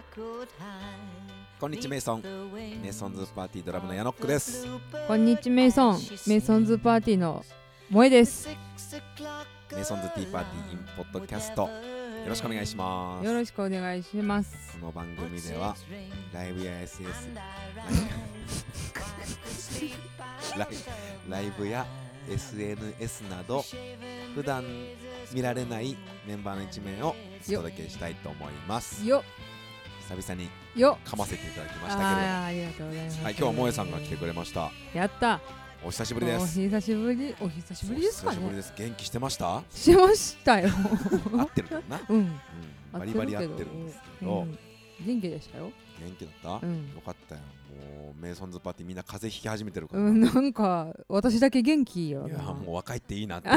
こんにちはメイソンズパーティードラムのヤノックです。 こんにちはメイソンズパーティーの萌えです。 メイソンズティーパーティーインポッドキャスト、よろしくお願いします。 よろしくお願いします。 この番組ではライブや ライブや SNS など普段見られないメンバーの一面をお届けしたいと思います。 よ久々によ噛ませていただきましたけれども、 ありがとうございます。 はい、今日は萌えさんが来てくれました。 やった。 お久しぶりです。 お久しぶりですかね。 お久しぶりです。元気してました？ してましたよ。 合ってるかな。バリバリ合ってるんですけど、 元気でしたよ。 元気だった？よかったよ。もうメイソンズパーティーみんな風邪ひき始めてるから。 なんか私だけ元気よ。 いやもう若いっていいなって。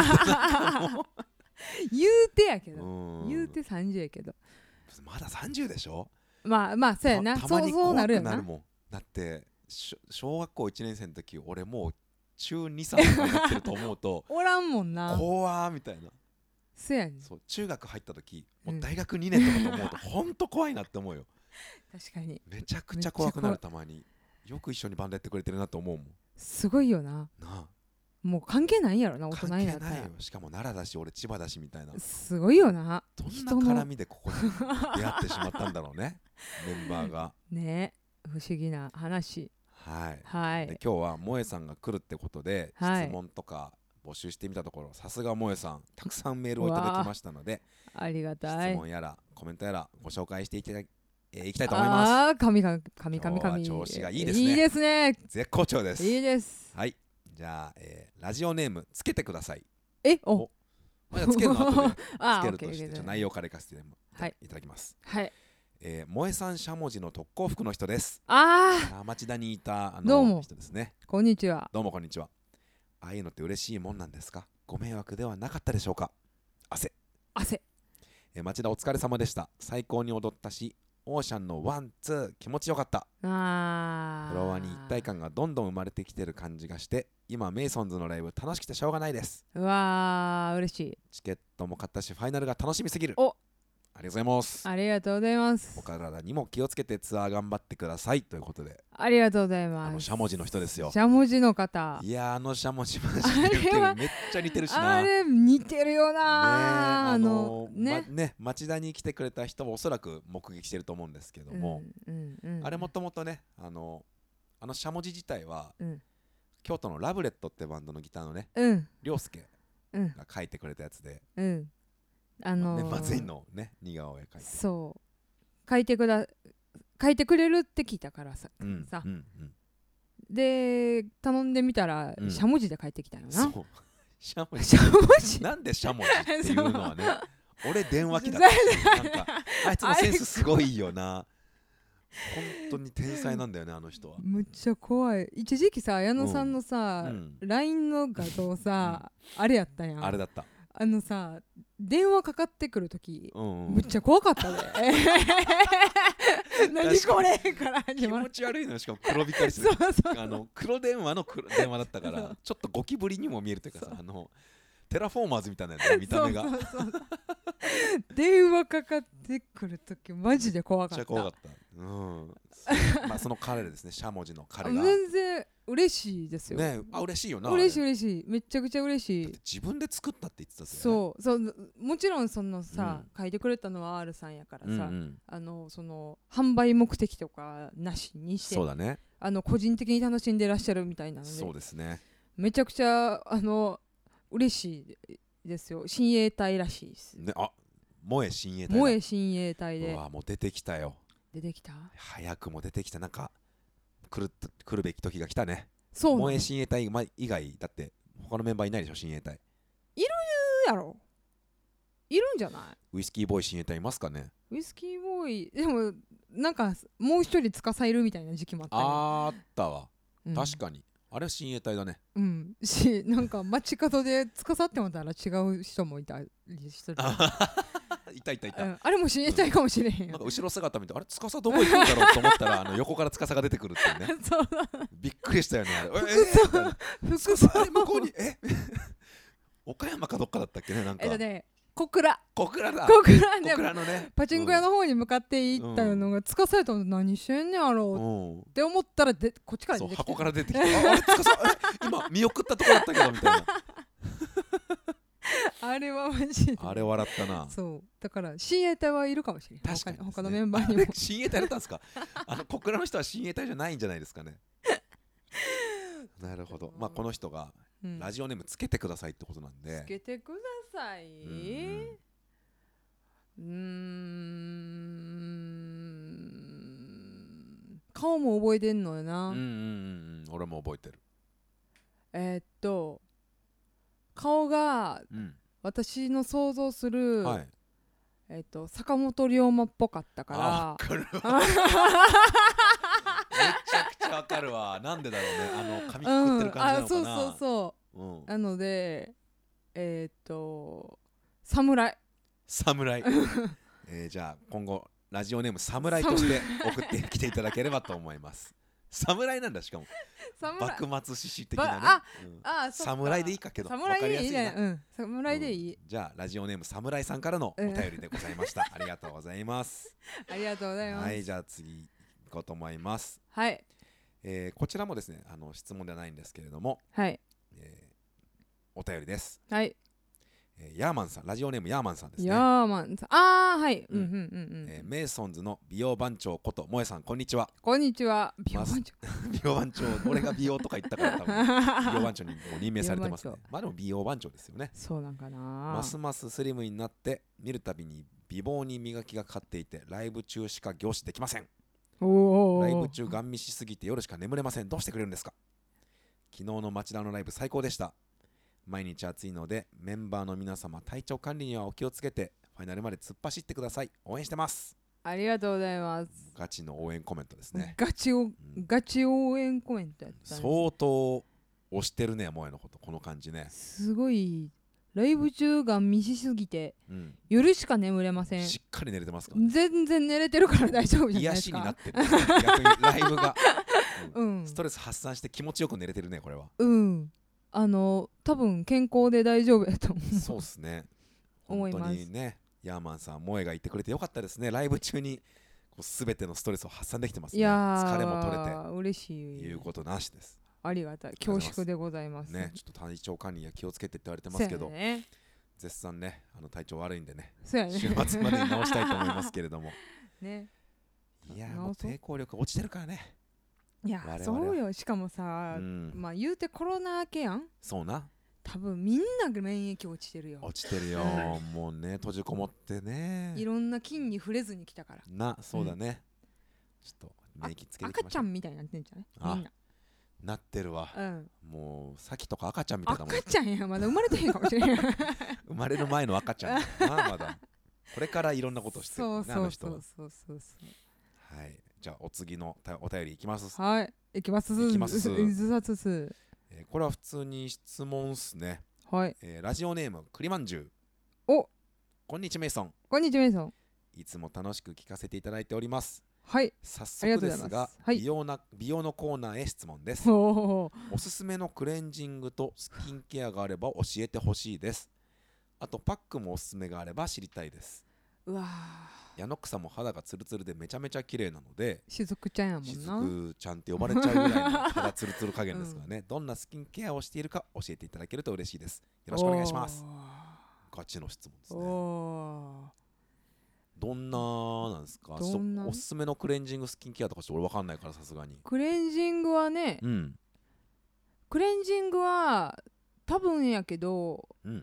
言うてやけど。言うて30やけど。 まだ30でしょ？ まあそうやな。そうなるよな。 だって小学校1年生の時俺もう中2、3になってると思うとおらんもんな。 怖ーみたいな。 そうやね。 そう中学入った時もう大学2年とかと思うとほんと怖いなって思うよ。 確かにめちゃくちゃ怖くなる。たまによく一緒にバンドやってくれてるなと思うもん。 すごいよな。もう関係ないんやろな、大人になったら。 関係ないよ。しかも奈良だし俺千葉だしみたいな。 すごいよな。 どんな絡みでここに出会ってしまったんだろうね。メンバーがね、不思議な話。 はい、で今日は萌えさんが来るってことで、質問とか募集してみたところ、さすが萌えさんたくさんメールをいただきましたので、 ありがたい。 質問やらコメントやらご紹介していきたいと思います。 ああ、神今日は調子がいいですね。 いいですね。 絶好調です。 いいです。 はい、じゃあ、ラジオネームつけてください。 おまだつけるの後でつけるとして内容からいかせていただきます。 はい。 萌えさんしゃもじの特攻服の人です。町田にいた人ですね。 こんにちは。 どうもこんにちは。ああいうのって嬉しいもんなんですか？ご迷惑ではなかったでしょうか？汗。町田お疲れ様でした。最高に踊ったし、オーシャンのワンツー気持ちよかった。フロアに一体感がどんどん生まれてきてる感じがして、今メイソンズのライブ楽しくてしょうがないです。 うわー、嬉しい。 チケットも買ったしファイナルが楽しみすぎる。ありがとうございます。 ありがとうございます。 お体にも気をつけてツアー頑張ってくださいということで。 ありがとうございます。 しゃもじの人ですよ。 しゃもじの方。 いやしゃもじマジでめっちゃ似てるしな。 あれ似てるよな。 町田に来てくれた人もおそらく目撃してると思うんですけども、あれもともとね、しゃもじ自体は、京都のラブレットってバンドのギターのね、涼介が書いてくれたやつで、メンバー全員のね似顔絵描いて、 そう書いてくれるって聞いたからさ、で頼んでみたらしゃもじで書いてきたよな。 そうしゃもじなんでしゃもじっていうのはね俺電話機だったし、なんかあいつのセンスすごいよな。本当に天才なんだよね、あの人は。 むっちゃ怖い。一時期さ、矢野さんのさ、LINE の画像さ、あれやったやん。 あれだった。 さ、電話かかってくるとき、むっちゃ怖かったで。何これから気持ち悪いのよ。しかも黒光りする。黒電話の電話だったからちょっとゴキブリにも見えるというかさ、テラフォーマーズみたいな見た目が。 電話かかってくるときマジで怖かった。 めっちゃ怖かった。その彼ですね、しゃもじの彼が。 全然嬉しいですよね。嬉しいよな。 嬉しい、めちゃくちゃ嬉しい。だって自分で作ったって言ってたっすよね。そうもちろんそのさ、書いてくれたのは R さんやからさ、その販売目的とかなしにして、 そうだね、 個人的に楽しんでらっしゃるみたいなので、 そうですね、 めちゃくちゃ嬉しいですよ。親衛隊らしいですね。 萌え親衛隊。 萌え親衛隊で。 うわ、もう出てきたよ。 出てきた。 早くも出てきた。なんか来るべき時が来たね。 そう。 萌え親衛隊以外だって他のメンバーいないでしょ、親衛隊。 いるやろ。いるんじゃない。 ウイスキーボーイ親衛隊いますかね。 ウイスキーボーイでもなんかもう一人司いるみたいな時期もあったよ。 あったわ、確かに。あれは親衛隊だね。 なんか街角で司ってもたら違う人もいたりしてる。 いた、 あれも親衛隊かもしれへんよ。 なんか後ろ姿見て、あれ司どこ行くんだろうと思ったら横から司が出てくるっていうね。 そうびっくりしたよね、あれ。 服装向こうに岡山かどっかだったっけね、なんか小倉だ小倉小倉のねパチンコ屋の方に向かって行ったのが、つかされたの何してんねやろうって思ったらこっちから出てきて、 箱から出てきてあれつかさ今見送ったとこだったけどみたいなあれはマジであれ笑ったな。 そうだから親衛隊はいるかもしれない。 確かにですね、 他のメンバーにも親衛隊だったんですか小倉の人は親衛隊じゃないんじゃないですかねなるほど。まあこの人がラジオネームつけてくださいってことなんで、 つけてください。顔も覚えてんのよな。 俺も覚えてる。 顔が、私の想像する、 はい、 坂本龍馬っぽかったから。 分かるわめちゃくちゃわかるわ。なんでだろうね、髪くくってる感じなのかな。 そう、なので侍じゃあ今後ラジオネーム侍として送ってきていただければと思います侍なんだ。しかも幕末志士的なね、侍でいいかけど侍でいいね。侍でいい。 じゃあラジオネーム侍さんからのお便りでございました、ありがとうございますありがとうございます。 はい、じゃあ次行こうと思います。 はい、 こちらもですね、質問ではないんですけれども、 はい、 お便りです。 はい、 ヤーマンさん、ラジオネームヤーマンさんですね。 ヤーマンさん、はい、 メイソンズの美容番長こと萌さん、こんにちは。 こんにちは。美容番長美容番長、俺が美容とか言ったから多分美容番長にもう任命されてますね。まあでも美容番長ですよね。 そうなんかな。 ますますスリムになって見るたびに美貌に磨きがかかっていて、ライブ中しか凝視できません。ライブ中ガン見しすぎて夜しか眠れません。どうしてくれるんですか。昨日の町田のライブ最高でした。毎日暑いのでメンバーの皆様、体調管理にはお気をつけてファイナルまで突っ走ってください。応援してます。 ありがとうございます。 ガチの応援コメントですね。 ガチ応援コメントやった、ね、 相当推してるね、萌えのこと。この感じね、 すごい。ライブ中が見しすぎて、夜しか眠れません。 しっかり寝れてますか、 全然寝れてるから大丈夫じゃないですか。 癒しになってる、逆にライブが、ストレス発散して気持ちよく寝れてるね、これは。 多分健康で大丈夫やと思う。 そうっすね、 思います。 本当にね、ヤーマンさん、萌えが言ってくれてよかったですね。ライブ中にこう全てのストレスを発散できてますね。疲れも取れて、 嬉しい。 言うことなしです。 ありがたい、恐縮でございますね。ちょっと体調管理や気をつけてって言われてますけど、 ね、 絶賛ね、体調悪いんでね、 ね、 週末までに直したいと思いますけれどもね、 いやもう抵抗力落ちてるからね。 いやそうよ。しかもさ、まあ言うてコロナ明けやん。 そうな、 多分みんな免疫落ちてるよ。 落ちてるよ、もうね、閉じこもってね、 いろんな菌に触れずに来たからな。そうだね、ちょっと免疫つけていきましょう。 赤ちゃんみたいになってんじゃないみんな。 なってるわ、もうさきとか赤ちゃんみたいなもん。 赤ちゃんや、まだ生まれてへんかもしれない生まれる前の赤ちゃんだなまだこれからいろんなことをしてるね、あの人は。はい、じゃあお次のお便りいきます。 はい、いきます。 これは普通に質問っすね。 はい、 ラジオネーム栗まんじゅう。 お、 こんにちはメイソン。 こんにちはメイソン。 いつも楽しく聞かせていただいております。 はい、 早速ですが、美容のコーナーへ質問です。おすすめのクレンジングとスキンケアがあれば教えてほしいです。あとパックもおすすめがあれば知りたいです。 うわ、 ヤノクさんも肌がツルツルでめちゃめちゃ綺麗なので、 しずくちゃんやもんな。 しずくちゃんって呼ばれちゃうぐらいの肌ツルツル加減ですからね、どんなスキンケアをしているか教えていただけると嬉しいです。よろしくお願いします。ガチの質問ですね。どんななんですか。おすすめのクレンジングスキンケアとかちょっと俺分かんないから、さすがに。 クレンジングはね、クレンジングは多分やけど、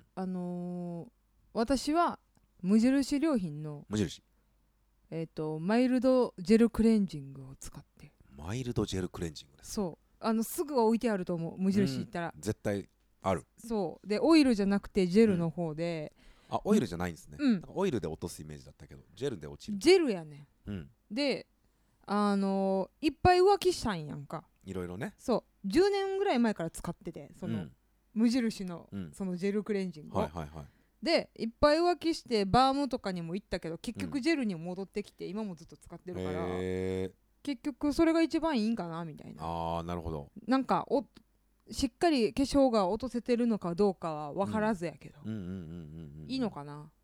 私は無印良品のマイルドジェルクレンジングを使って。 マイルドジェルクレンジングです。 そう、すぐ置いてあると思う、無印行ったら。 絶対ある。 そうで、オイルじゃなくてジェルの方で、 オイルじゃないんですね。オイルで落とすイメージだったけど、ジェルで落ちる。 ジェルやね。で、いっぱい浮気したんやんか、 いろいろね。 そう10年ぐらい前から使ってて、その無印のそのジェルクレンジングを。でいっぱい浮気してバームとかにも行ったけど、結局ジェルに戻ってきて今もずっと使ってるから、結局それが一番いいんかなみたいな。 ああ、なるほど。 なんかしっかり化粧が落とせてるのかどうかは分からずやけど、いいのかな。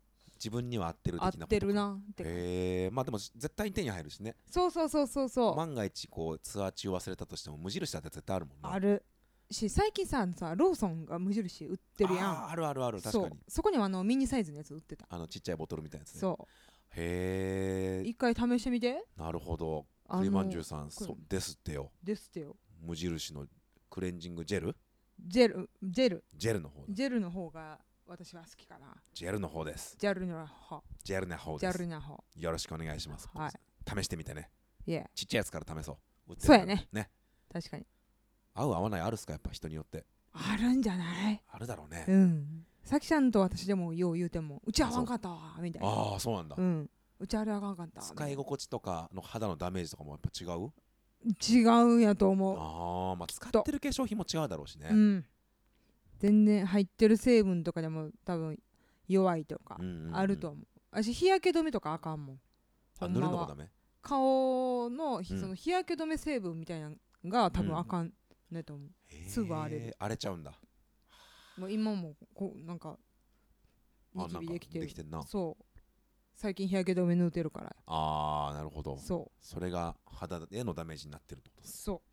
自分には合ってる的なことか。 合ってるなって。 まあでも絶対に手に入るしね。 そうそうそうそうそう。 万が一こうツアー中忘れたとしても無印だって絶対あるもんな。 あるし、最近さローソンが無印売ってるやん。 あるあるある、確かに。 そこにはミニサイズのやつ売ってた。 ちっちゃいボトルみたいなやつね。 そう。 一回試してみて。 なるほど。栗まんじゅうさん、ですってよ。 ですってよ。 無印のクレンジングジェルの方。ジェルの方が私は好きかな。 ジェルの方です。 ジェルの方です。 よろしくお願いします。 はい。 試してみてね。 Yeah. ちっちゃいやつから試そう。 そうやね。確かに。 合う合わないあるっすか、やっぱ人によって。 あるんじゃない？ あるだろうね。 うん。さきちゃんと私でもよう言うても、うち合わんかったわみたいな。 ああ、そうなんだ。 うん。うちあれあかんかった。 使い心地とかの肌のダメージとかもやっぱ違う？ 違うんやと思う。 ああ、まあ使ってる化粧品も違うだろうしね。 うん。全然入ってる成分とかでも多分弱いとかあると思う。私日焼け止めとかあかんもん。 あ、塗るのもダメ？ 顔のその日焼け止め成分みたいなのが多分あかんねと思う。すぐ荒れる。 荒れちゃうんだ。 もう今もこうなんかニキビできてる。 できてんな。 そう。最近日焼け止め塗ってるから。 ああ、なるほど。 そう。 それが肌へのダメージになってるってことです。 そう。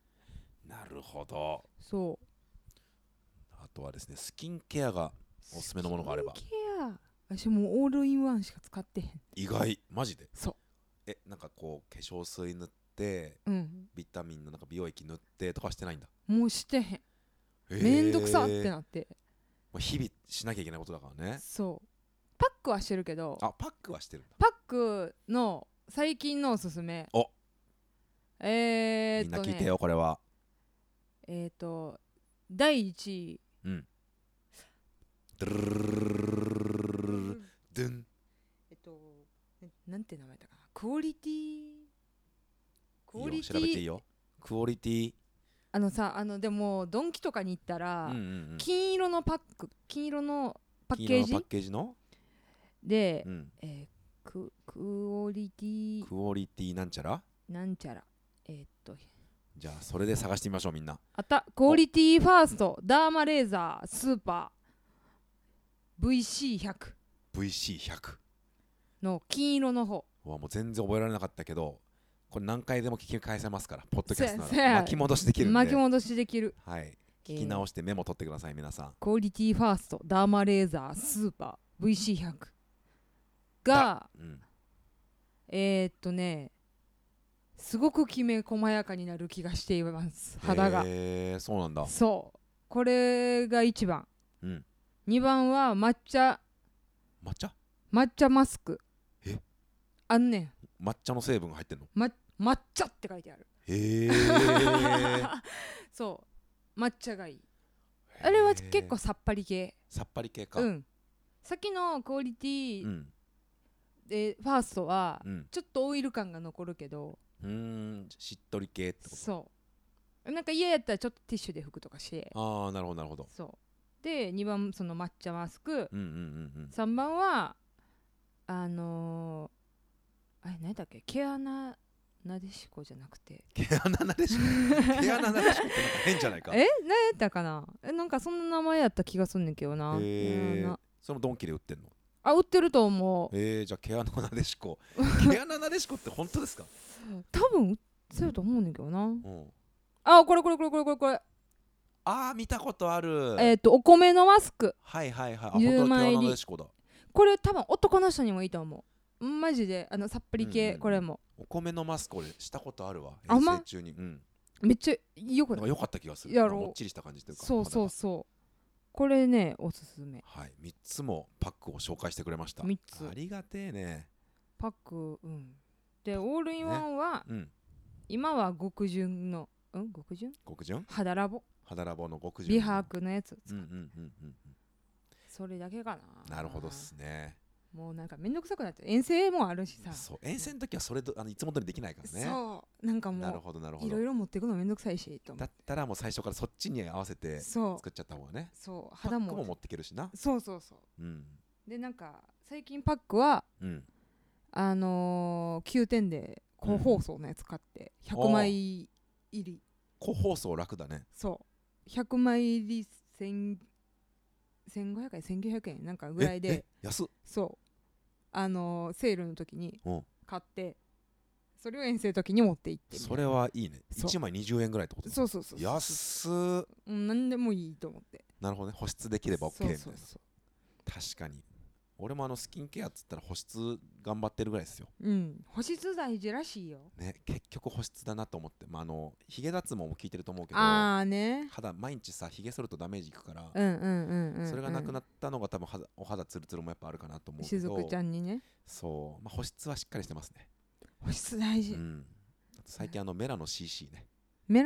なるほど。 そう。 あとはですね、スキンケアがおすすめのものがあれば。 スキンケア。私もうオールインワンしか使ってへん。 意外、マジで？ そう。 なんかこう化粧水塗って、ビタミンのなんか美容液塗ってとかしてないんだ？ もうしてへん。めんどくさってなって。 日々しなきゃいけないことだからね。 そう。パックはしてるけど。 パックはしてるんだ。 パックの最近のおすすめ。みんな聞いてよ、これは。 第1位。 ドゥルルルルドゥン。 なんて名前だかな。クオリティ。 調べていいよ。クオリティ。 でもドンキとかに行ったら、金色のパッケージので、クオリティなんちゃらじゃあそれで探してみましょう、みんな。 クオリティファーストダーマレーザースーパー VC100 の金色の方。 もう全然覚えられなかったけど、これ何回でも聞き返せますから、ポッドキャストなら巻き戻しできるんで。 巻き戻しできる。 はい。聞き直してメモ取ってください、皆さん。 クオリティファーストダーマレーザースーパー VC100 が、すごくきめ細やかになる気がしています、肌が。 そうなんだ。 そう。これが1番。2番は抹茶マスク。あんねん。 抹茶の成分が入ってんの？ 抹茶って書いてある。そう抹茶がいい。あれは結構さっぱり系か。さっきのクオリティでファーストはちょっとオイル感が残るけど、 しっとり系ってこと？ そうなんか嫌やったらちょっとティッシュで拭くとかして。 ああ、なるほどなるほど。 そうで2番その抹茶マスク、3番はあれ何だっけ、毛穴なでしこじゃなくて毛穴なでしこ毛穴なでしこってなんか変じゃないか。 何やったかな。なんかそんな名前やった気がすんねんけどな。 そのドンキで売ってんの？ 売ってると思う。 じゃあ毛穴なでしこ毛穴なでしこって本当ですか？ 多分売ってると思うねんけどな。これ見たことある。 お米のマスク。 はいはいはい。10枚入り。 これ多分男の人にもいいと思う。マジでさっぱり系。これもお米のマスク俺したことあるわ、遠征中に。 めっちゃよくない？ よかった気がする。もっちりした感じというか。 そうこれねおすすめ。 はい、3つもパックを紹介してくれました。 3つありがてえね。 パックでオールインワンは今は極潤の極潤肌ラボの極潤美白のやつ使って、それだけかな。 なるほどっすね。 もうなんかめんどくさくなって遠征もあるしさ。 そう遠征の時はそれいつも通りできないからね。 そうなんかもういろいろ持っていくのめんどくさいしと思って。 だったらもう最初からそっちに合わせて作っちゃった方がね。 そう肌も持っていけるしな。 そうでなんか最近パックは9点で個包装のやつ買って100枚入り。 個包装楽だね。 そう100枚入り1500円1900円なんかぐらいで。 安っ。 そセールの時に買ってそれを遠征の時に持って行ってそれはいいね。1枚20円ぐらいってこと？ そうそうそう。 安っ。 何でもいいと思って。 なるほどね。保湿できれば OK みたいな。そうそうそう。確かに俺もスキンケアっつったら保湿頑張ってるぐらいですよ。 保湿大事らしいよね。結局保湿だなと思って、ヒゲ脱毛も効いてると思うけど、 ね、 肌毎日さヒゲ剃るとダメージいくから、それがなくなったのが多分お肌ツルツルもやっぱあるかなと思うけど、 しずくちゃんにね。 そう、保湿はしっかりしてますね。 保湿大事。 最近メラの CC ね。 はい、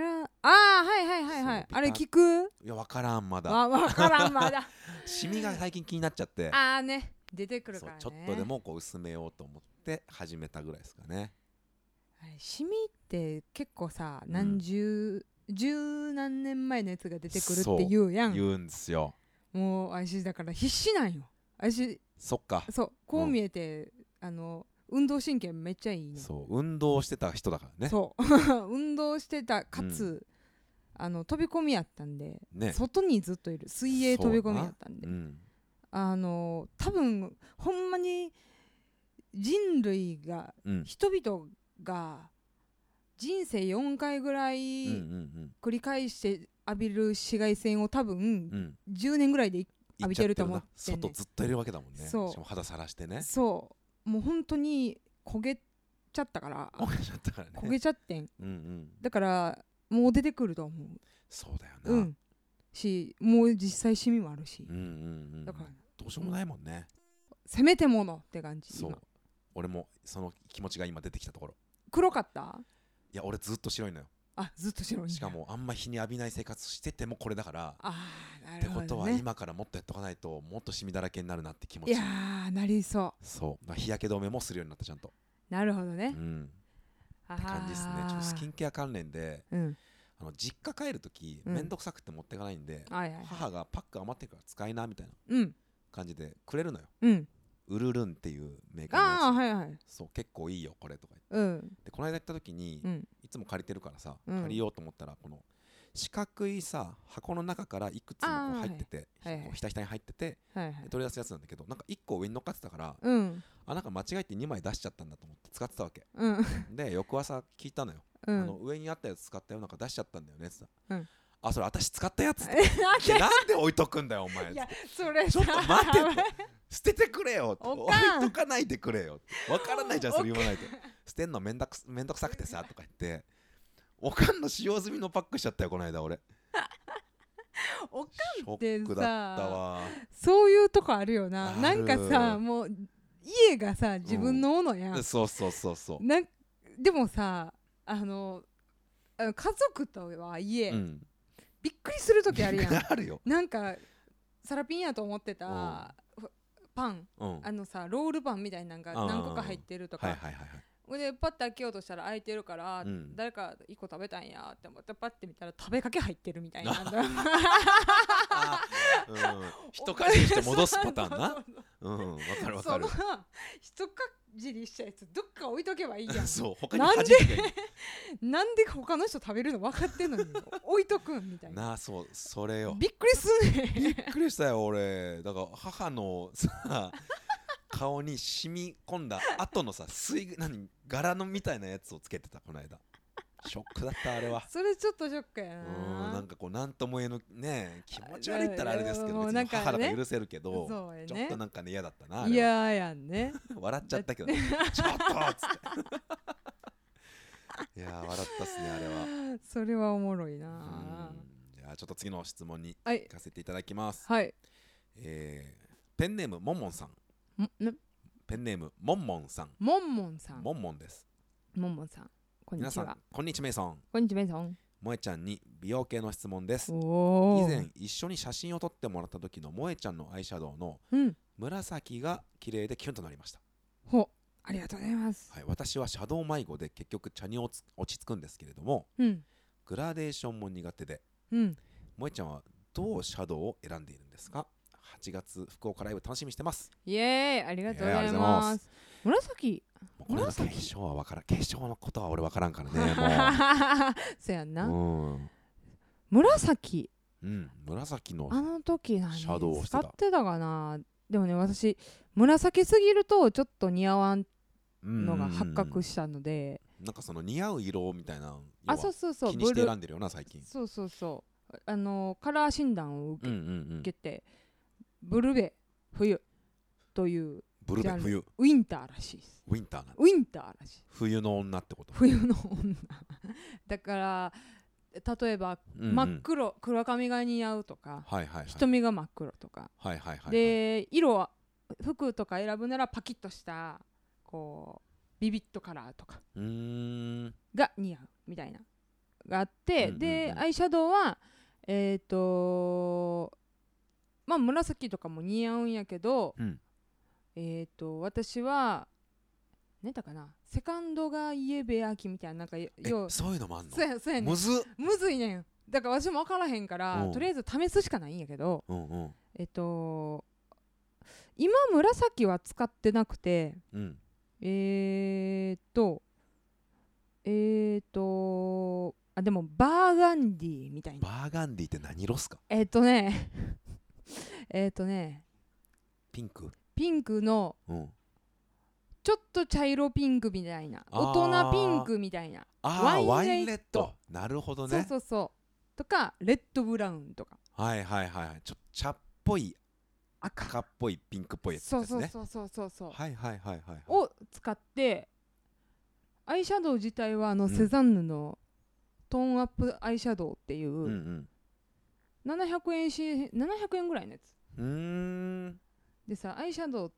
あれ聞く？ いや分からんまだ。 分からんまだ。 シミが最近気になっちゃって。 ね。出てくるからね。 ちょっとでも薄めようと思って始めたぐらいですかね。 シミって結構さ、十何年前のやつが出てくるって言うやん。 言うんですよ。 もう私だから必死なんよ。 そっか。 そうこう見えて、運動神経めっちゃいいね。 そう運動してた人だからね。 そう運動してたかつ、飛び込みやったんで、外にずっといる水泳飛び込みやったんで、多分ほんまに人類が、人々が人生4回ぐらい繰り返して浴びる紫外線を多分、10年ぐらいで浴びてると思って、ね、 外ずっといるわけだもんね。 そうしかも肌さらしてね。 そうもう本当に焦げちゃったから焦げちゃってん、だからもう出てくると思う。 そうだよな、 もう実際シミもあるし、 だからどうしようもないもんね、 せめてものって感じ。 そう俺もその気持ちが今出てきたところ。 黒かった？ いや俺ずっと白いのよ。 ずっと白いんだ。 しかもあんま日に浴びない生活しててもこれだから、 なるほどね、ってことは今からもっとやっとかないともっとシミだらけになるなって気持ち。 いやーなりそう。 そう日焼け止めもするようになったちゃんと。 なるほどね、 って感じですね。ちょっとスキンケア関連で、実家帰るときめんどくさくて持っていかないんで、母がパック余ってるから使いなみたいな感じでくれるのよ。ウルルンっていうメーカーのやつ。そう結構いいよこれとか言って、でこの間行った時に、いつも借りてるからさ、借りようと思ったらこの四角いさ箱の中からいくつも入ってて、ひたひたに入ってて、取り出すやつなんだけど、なんか1個上に乗っかってたから、なんか間違えて2枚出しちゃったんだと思って使ってたわけ、で翌朝聞いたのよ、上にあったやつ使ったよ、なんか出しちゃったんだよねってさ、それ私使ったやつってなんで置いとくんだよお前。いやそれちょっと待って捨ててくれよ、置いとかないでくれよ、わからないじゃんそれ言わないと。捨てんのめんどくさくてさとか言って、おかんの使用済みのパックしちゃったよこの間俺。 おかんってショックだったわ。 そういうとこあるよな。なんかさもう家がさ自分のものや、 そうそうでもさ家族とはいえ、びっくりする時あるやん。 あるよ。 なんかサラピンやと思ってたパン、さロールパンみたいなのが何個か入ってるとか、でパッて開けようとしたら開いてるから、誰か1個食べたんやって思ってパッて見たら食べかけ入ってるみたいな。 一かじりして戻すパターンな。わかるわかる。 一かじりしたやつどっか置いとけばいいやん。 そう他に弾けばいい。 なんで他の人食べるの分かってんのに置いとくんみたいな。 それよ。 びっくりすんね。 びっくりしたよ俺。だから母のさ顔に染み込んだ後のさ柄のみたいなやつをつけてたこの間。ショックだったあれは。 それちょっとショックやな。 なんかこうなんとも言えぬね、気持ち悪いったらあれですけど、別に母だから許せるけど、ちょっとなんかね嫌だったな。 嫌やんね。 笑っちゃったけど、ちょっとっつって。いや笑ったっすねあれは。 それはおもろいな。 じゃあちょっと次の質問に行かせていただきます。 はい。 ペンネームもんもんさん。ペンネームもんもんさん。 もんもんさん。 もんもんです。 もんもんさん。 皆さんこんにちは。 こんにちは。 萌えちゃんに美容系の質問です。以前一緒に写真を撮ってもらった時の萌えちゃんのアイシャドウの紫が綺麗でキュンとなりました。 ありがとうございます。 私はシャドウ迷子で結局茶に落ち着くんですけれども、グラデーションも苦手で、萌えちゃんはどうシャドウを選んでいるんですか？8月福岡ライブ楽しみにしてます。 イエーイ、ありがとうございます。紫これの化粧は分からん。化粧のことは俺分からんからね。もうそやんな。紫。 紫のあの時何使ってたかな。 でもね私紫すぎるとちょっと似合わんのが発覚したので、 なんかその似合う色みたいなそうそうそう気にして選んでるよな最近。 そうそうそうカラー診断を受けて、ブルベ冬というブルベ冬ウィンターらしいです。 ウィンターなんウィンターらしい。 冬の女ってこと。 冬の女だから例えば、真っ黒黒髪が似合うとか、瞳が真っ黒とか、で色は服とか選ぶならパキッとしたこうビビットカラーとかが似合うみたいながあって、でアイシャドウはまあ紫とかも似合うんやけど、私は何だかな、セカンドがイエベアキみたいな、なんかそういうのもあんの。 そうやねん、むずいねん。だから私も分からへんから、とりあえず試すしかないんやけど、今紫は使ってなくて、でもバーガンディみたいな。 バーガンディって何色っすか？ピンクの、ちょっと茶色ピンクみたいな、大人ピンクみたいな、 ワインレッド。なるほどね。 そうとかレッドブラウンとか、 ちょっと茶っぽい赤っぽいピンクっぽいやつですね。 そうをを使って、アイシャドウ自体はセザンヌのトーンアップアイシャドウっていう、700円ぐらいのやつでさ、アイシャドウって、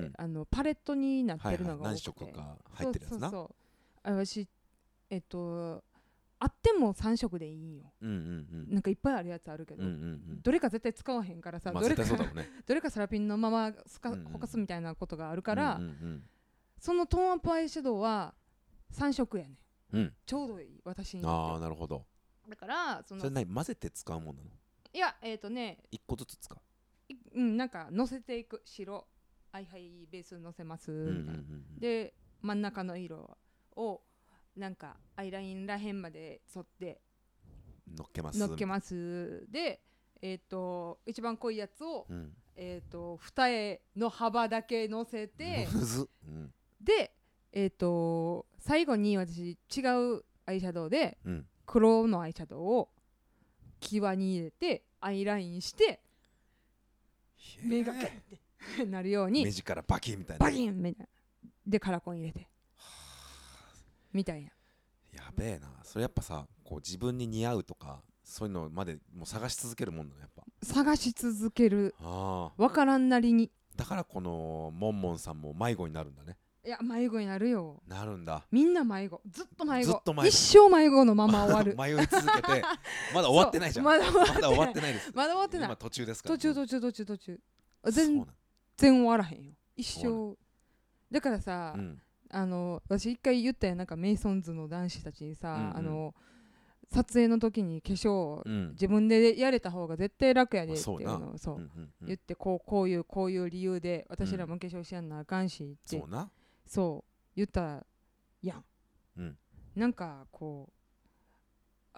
パレットになってるのが多くて、 何色か入ってるやつな。 私あっても3色でいいんよ。なんかいっぱいあるやつあるけど、どれか絶対使わへんからさ、どれかセラピンのままほかすみたいなことがあるから、そのトーンアップアイシャドウは3色やね、ちょうどいい私にとって。 なるほど。 だからそれ何混ぜて使うもんなの？ いや 1個ずつ使う。なんかのせていく。白ベースのせますみたいな、で真ん中の色をなんかアイラインらへんまで沿ってのっけますで、一番濃いやつを、二重の幅だけのせてで、最後に私違うアイシャドウで、黒のアイシャドウを際に入れてアイラインして目がキャッてなるように、 目力バキンみたいな、 バキンみたいなでカラコン入れてみたいな。 やべえな。それやっぱさ、こう自分に似合うとかそういうのまでもう探し続けるもんだね。やっぱ探し続ける。わからんなりに。 だからこのモンモンさんも迷子になるんだね。 いや迷子になるよ。 なるんだ。 みんな迷子、ずっと迷子、一生迷子のまま終わる迷い続けてまだ終わってないじゃん。まだ終わってないです。 まだ終わってない。 今途中ですから。 途中全然終わらへんよ一生。だからさ、私一回言ったよ、なんかメイソンズの男子たちにさ、撮影の時に化粧を自分でやれた方が絶対楽やでっていうのを言って、こういう理由で私らも化粧しやんなあかんしってそう言ったやん。なんかこう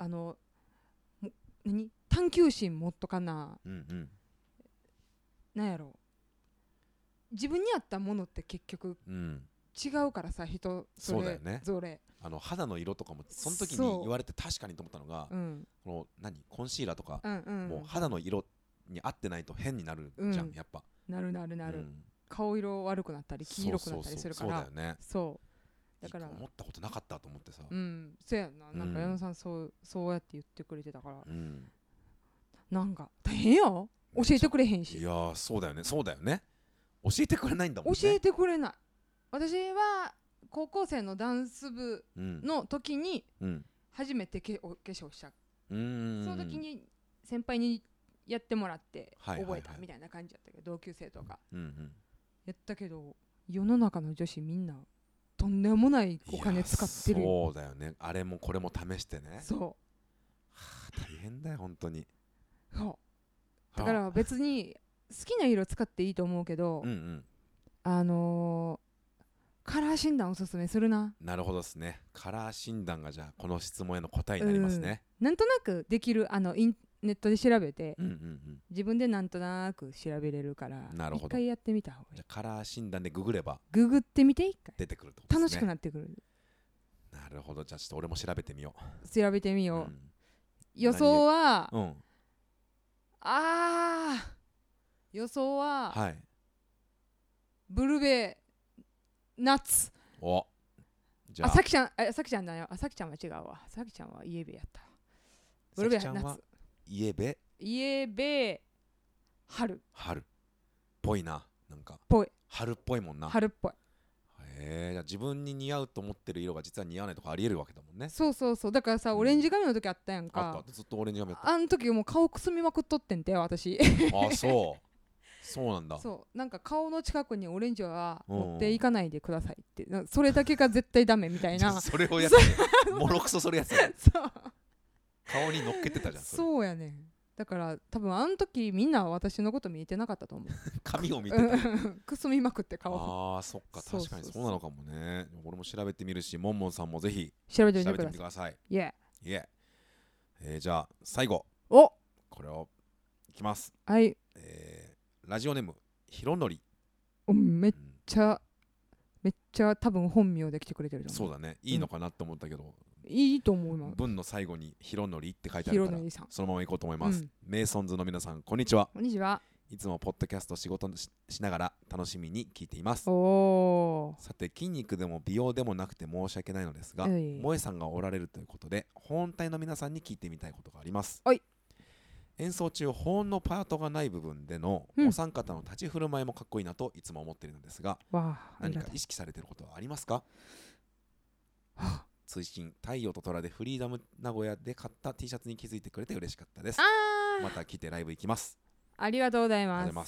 探求心持っとかな、なんやろ、自分に合ったものって結局違うからさ、人それぞれ。 肌の色とかもその時に言われて確かにと思ったのが、このコンシーラーとかもう肌の色に合ってないと変になるじゃん。やっぱなる、 顔色悪くなったり黄色くなったりするから。 そうだよね。だから思ったことなかったと思ってさ。 そうやんな。なんか矢野さんそうやって言ってくれてたから、なんか大変よ、教えてくれへんし。 いやそうだよね教えてくれないんだもんね。 教えてくれない。私は高校生のダンス部の時に初めてお化粧した。その時に先輩にやってもらって覚えたみたいな感じだったけど、同級生とかやったけど、世の中の女子みんなとんでもないお金使ってる。 そうだよね。あれもこれも試してね。大変だよ本当に。 だから別に好きな色使っていいと思うけど、カラー診断おすすめするな。 なるほどですね。カラー診断がじゃあこの質問への答えになりますね。 なんとなくできるネットで調べて、 うんうんうん、 自分でなんとなく調べれるから、一回やってみた方がいい。 じゃカラー診断でググればググってみて、一回出てくるってことですね。 楽しくなってくる。 なるほど。じゃあちょっと俺も調べてみよう。 調べてみよう、予想は、予想は、 はい、 ブルベナッツ。 お、じゃあさきちゃんだよ。さきちゃんは違うわ。さきちゃんはイエベやった。ブルベナッツ。 イエベ春っぽいな。なんか春っぽいもんな。 春っぽい。 じゃあ自分に似合うと思ってる色が実は似合わないとかありえるわけだもんね。 そうそうそう。だからさ、オレンジ髪の時あったやんか。 あった。ずっとオレンジ髪やった。 あの時もう顔くすみまくっとってんて、私。 あ、そうなんだ。 そうなんか顔の近くにオレンジは持っていかないでくださいって、それだけが絶対ダメみたいな。 それをやってもろくそそれやつや。 そう顔に乗っけてたじゃん。 そうやね。だから多分あの時みんな私のこと見えてなかったと思う。 髪を見てた。 くすみまくって顔。 ああ、そっか。確かにそうなのかもね。俺も調べてみるし、もんもんさんもぜひ調べてみてください。 いえ、 じゃあ最後、 これをいきます。 はい。 ラジオネームひろのり。 めっちゃ多分本名で来てくれてる。 そうだね。いいのかなって思ったけど、 いいと思います。 文の最後にひろのりって書いてあるからそのまま行こうと思います。メイソンズの皆さん、こんにちは。 こんにちは。 いつもポッドキャスト仕事 しながら楽しみに聞いています。さて、筋肉でも美容でもなくて申し訳ないのですが、萌えさんがおられるということで保音隊の皆さんに聞いてみたいことがあります。演奏中、保音のパートがない部分でのお三方の立ち振る舞いもかっこいいなといつも思っているのですが、何か意識されていることはありますか？追伸、太陽と虎でフリーダム名古屋で買った T シャツに気づいてくれて嬉しかったです。また来てライブ行きます。 ありがとうございます。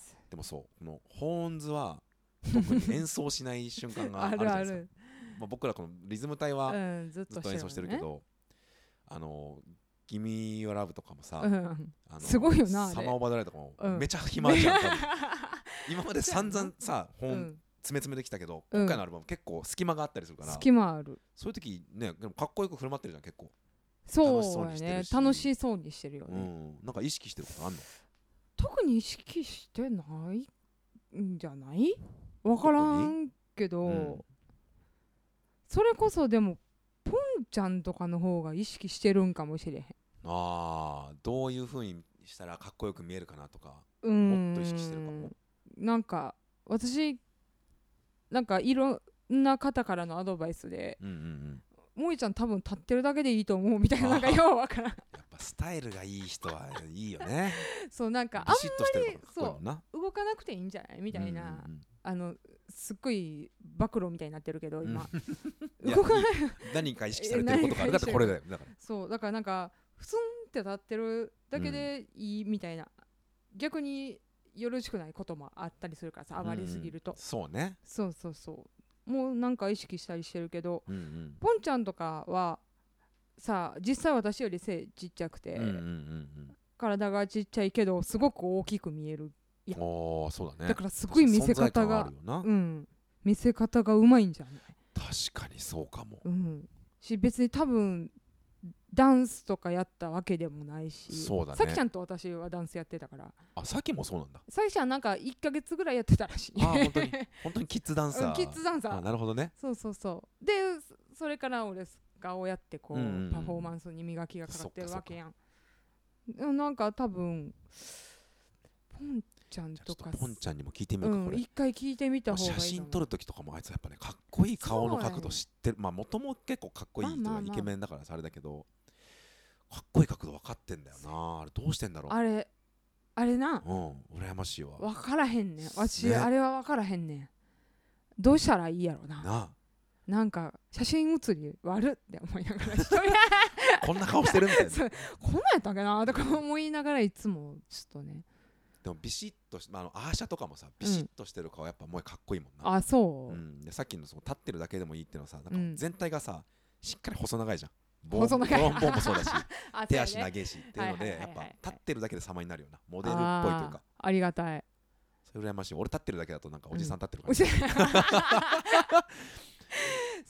でもそう、このホーンズは特に演奏しない瞬間があるじゃないですか。僕らこのリズム隊はずっと演奏してるけど、ギミー・ラブとかもさ、 すごいよな。 サマーオーバードライとかもめちゃ暇じゃん。今まで散々さ、ホーン詰めできたけど、今回のアルバム結構隙間があったりするから、 隙間ある。 そういう時ね、でもかっこよく振る舞ってるじゃん。結構そうやね。楽しそうにしてるよね。 なんか意識してることあんの？ 特に意識してないんじゃない？分からんけど、それこそでもポンちゃんとかの方が意識してるんかもしれへん。 どういう風にしたらかっこよく見えるかなとか、もっと意識してるかも。 なんか私なんかいろんな方からのアドバイスで、萌えちゃん多分立ってるだけでいいと思うみたいな、なんかようわからん。 やっぱスタイルがいい人はいいよね。 そう、なんかあんまり動かなくていいんじゃないみたいな、すっごい暴露みたいになってるけど今、動かない何か意識されてることがあるかってこれだよ。 そうだからなんかふつんって立ってるだけでいいみたいな、逆によろしくないこともあったりするからさ、上がりすぎると。 そうね。 そうもうなんか意識したりしてるけど、ポンちゃんとかはさ、実際私より背ちっちゃくて、体がちっちゃいけどすごく大きく見える。 そうだね。 だからすごい見せ方が見せ方がうまいんじゃない？ 確かにそうかも。 別に多分ダンスとかやったわけでもないし、 そうだね。 さきちゃんと私はダンスやってたから。 さきもそうなんだ。 さきちゃんなんか1ヶ月ぐらいやってたらしい。 本当にキッズダンサー。 キッズダンサー。 なるほどね。 そうでそれから俺がやってこう、パフォーマンスに磨きがかかってるわけやん。なんか多分ポンちゃんとか、 ポンちゃんにも聞いてみようか。これ一回聞いてみた方がいい。 写真撮る時とかもあいつやっぱね、かっこいい顔の角度知ってる。元も結構かっこいい人がイケメンだからさ、あれだけどかっこいい角度分かってんだよな。あれどうしてんだろう。あれな、 羨ましいわ。 分からへんねん私、あれは分からへんねん。どうしたらいいやろな。なんか写真写り悪って思いながらこんな顔してるみたいなこんなんやったっけなとか思いながらいつもちょっとね。 でもビシッとアーシャとかもさ、ビシッとしてる顔やっぱもうかっこいいもんな。そう、 でさっきの立ってるだけでもいいっていうのはさ、なんか全体がさしっかり細長いじゃん。ボンボンもそうだし手足長いしっていうので、やっぱ立ってるだけで様になるようなモデルっぽいというか。 ありがたい。 それ羨ましい。俺立ってるだけだとなんかおじさん立ってるから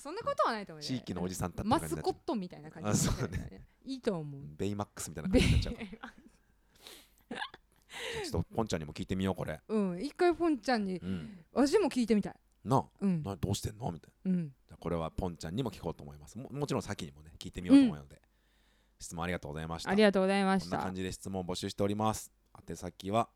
そんなことはないと思う。 地域のおじさんたちマスコットみたいな感じ。そうね。いいと思う。 ベイマックスみたいな感じになっちゃうから。ちょっとポンちゃんにも聞いてみようこれ。 一回ポンちゃんに、私も聞いてみたい。 どうしてんのみたいな。これはポンちゃんにも聞こうと思います。もちろん先にもね聞いてみようと思うので、質問ありがとうございました。 ありがとうございました。 こんな感じで質問を募集しております。宛先は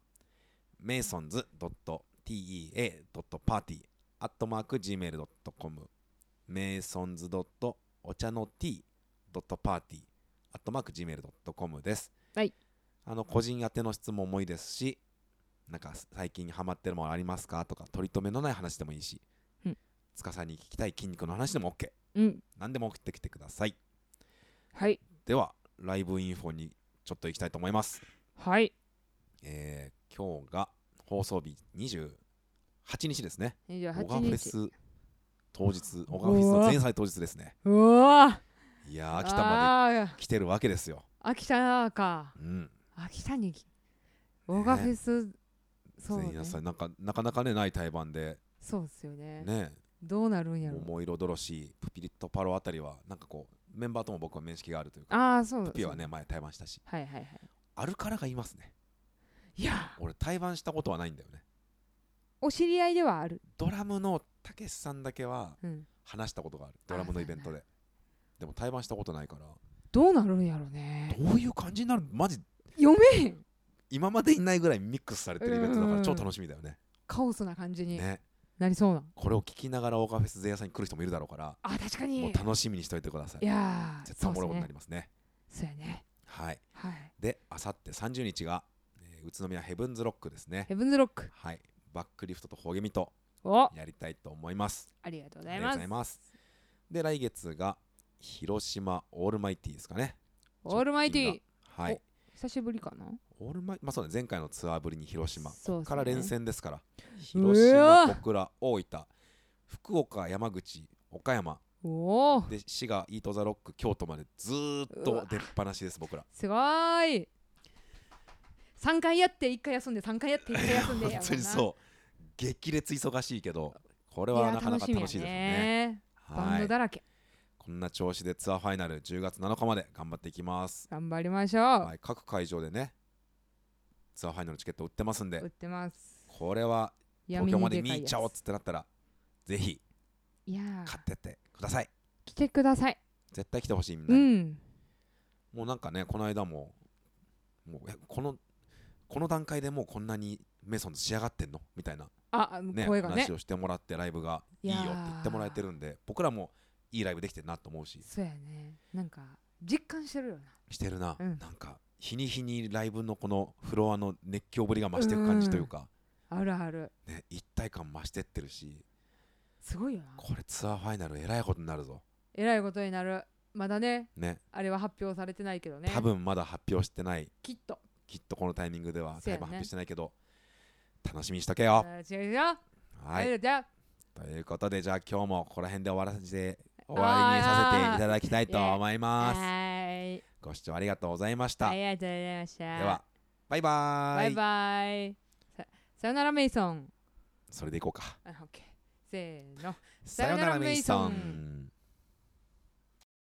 masons.tea.party@gmail.com masons. お茶の t.party@gmail.com です。 はい。 個人宛ての質問もいいですし、なんか最近ハマってるものありますかとか、取り留めのない話でもいいし、司さんに聞きたい筋肉の話でも OK、何でも送ってきてください。 はい。 ではライブインフォにちょっと行きたいと思います。 はい。 今日が放送日28日ですね。 28日。 オガフェス当日、オガフェスの前菜当日ですね。 うわいや秋田まで来てるわけですよ。 秋田か。秋田にオガフェス、 前夜祭なかなかねない対バンで。 そうですよね。どうなるんやろ。 桃色ドロシー、プピリッとパロあたりはなんかこうメンバーとも僕は面識があるというか。プピはね前対バンしたし。あるからがいますね。 いや俺対バンしたことはないんだよね。 お知り合いではある。 ドラムのたけしさんだけは話したことがある、ドラムのイベントで。でも対バンしたことないからどうなるんやろね。 どういう感じになるマジ読めへん。 今までいないぐらいミックスされてるイベントだから超楽しみだよね。 カオスな感じになりそうな。 これを聞きながらオーガフェス前夜祭に来る人もいるだろうから、 確かにもう楽しみにしといてください。 いや絶対おもろいことになりますね。 そうやね。 はい。であさって30日が宇都宮ヘブンズロックですね。 ヘブンズロック。 はい。バックリフトとホゲミとやりたいと思います。 ありがとうございます。 で来月が広島オールマイティですかね。 オールマイティ。 はい。 久しぶりかな。 オールマイそうね、前回のツアーぶりに広島、 ここから連戦ですから。広島、小倉、大分、福岡、山口、岡山で滋賀、イートザロック、京都までずーっと出っ放しです僕ら。 すごーい。3回やって1回休んで3回やって1回休んで本当にそう激烈忙しいけどこれはなかなか楽しいですよね。 バンドだらけ。 こんな調子でツアーファイナル10月7日まで頑張っていきます。 頑張りましょう。 はい、各会場でねツアーファイナルチケット売ってますんで。 売ってます。 これは東京まで見に行っちゃおうっつってなったらぜひ買ってってください。 来てください。 絶対来てほしいみんなに。もうなんかねこの間もうこの段階でもうこんなにメソンズ仕上がってんのみたいな声がね話をしてもらってライブがいいよって言ってもらえてるんで僕らもいいライブできてるなと思うし。 そうやね。なんか実感してるよな。 してるな。なんか日に日にライブのこのフロアの熱狂ぶりが増していく感じというか、 あるある、 ね、一体感増してってるしすごいよな。 これツアーファイナルえらいことになるぞ。 えらいことになる。まだねあれは発表されてないけどね。 多分まだ発表してない。 きっとこのタイミングでは発表してないけど楽しみにしとけよ。はい。ということでじゃあ今日もここら辺で終わりにさせていただきたいと思います。ご視聴ありがとうございました。 ありがとうございました。 ではバイバーイ。 バイバイ。さよならメイソン。 それでいこうか。 せーの。 さよならメイソン。